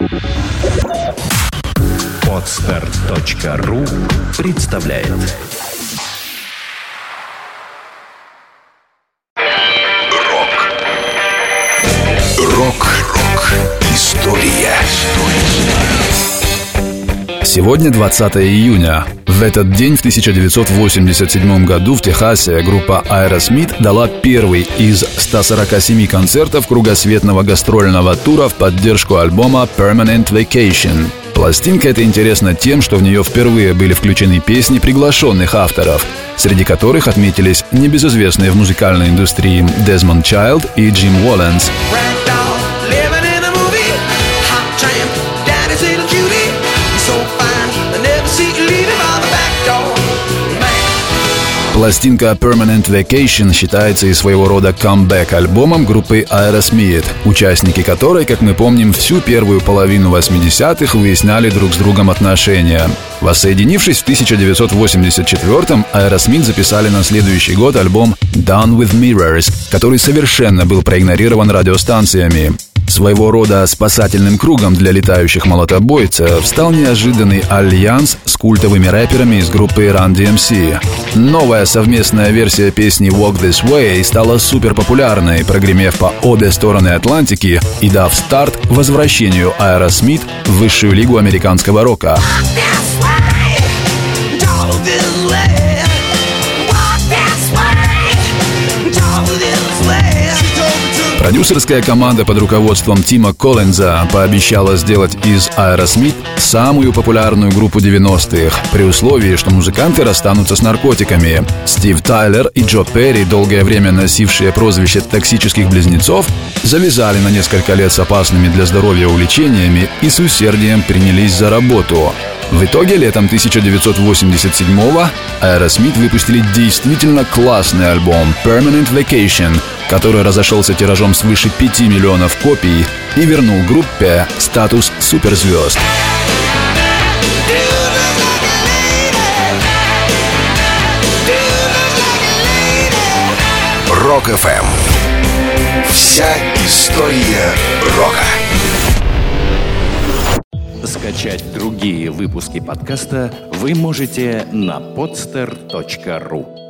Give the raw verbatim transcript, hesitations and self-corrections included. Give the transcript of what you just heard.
Подстер точка ру представляет. Рок. Рок. История. Сегодня двадцатое июня. В этот день, в тысяча девятьсот восемьдесят седьмом году, в Техасе группа Aerosmith дала первый из ста сорока семи концертов кругосветного гастрольного тура в поддержку альбома Permanent Vacation. Пластинка эта интересна тем, что в нее впервые были включены песни приглашенных авторов, среди которых отметились небезызвестные в музыкальной индустрии Desmond Child и Jim Wallace. Пластинка Permanent Vacation считается и своего рода камбэк-альбомом группы Aerosmith, участники которой, как мы помним, всю первую половину восьмидесятых выясняли друг с другом отношения. Воссоединившись в тысяча девятьсот восемьдесят четвёртом, Aerosmith записали на следующий год альбом Done with Mirrors, который совершенно был проигнорирован радиостанциями. Своего рода спасательным кругом для летающих молотобойцев стал неожиданный альянс с культовыми рэперами из группы Run ди эм си. Новая совместная версия песни Walk This Way стала суперпопулярной, прогремев по обе стороны Атлантики и дав старт возвращению Aerosmith в высшую лигу американского рока. Продюсерская команда под руководством Тима Коллинза пообещала сделать из Aerosmith самую популярную группу девяностых, при условии, что музыканты расстанутся с наркотиками. Стив Тайлер и Джо Перри, долгое время носившие прозвище «токсических близнецов», завязали на несколько лет с опасными для здоровья увлечениями и с усердием принялись за работу. В итоге летом тысяча девятьсот восемьдесят седьмого Aerosmith выпустили действительно классный альбом Permanent Vacation, который разошелся тиражом свыше пяти миллионов копий и вернул группе статус суперзвезд. Рок-эф эм. Вся история рока. Скачать другие выпуски подкаста вы можете на подстер точка ру.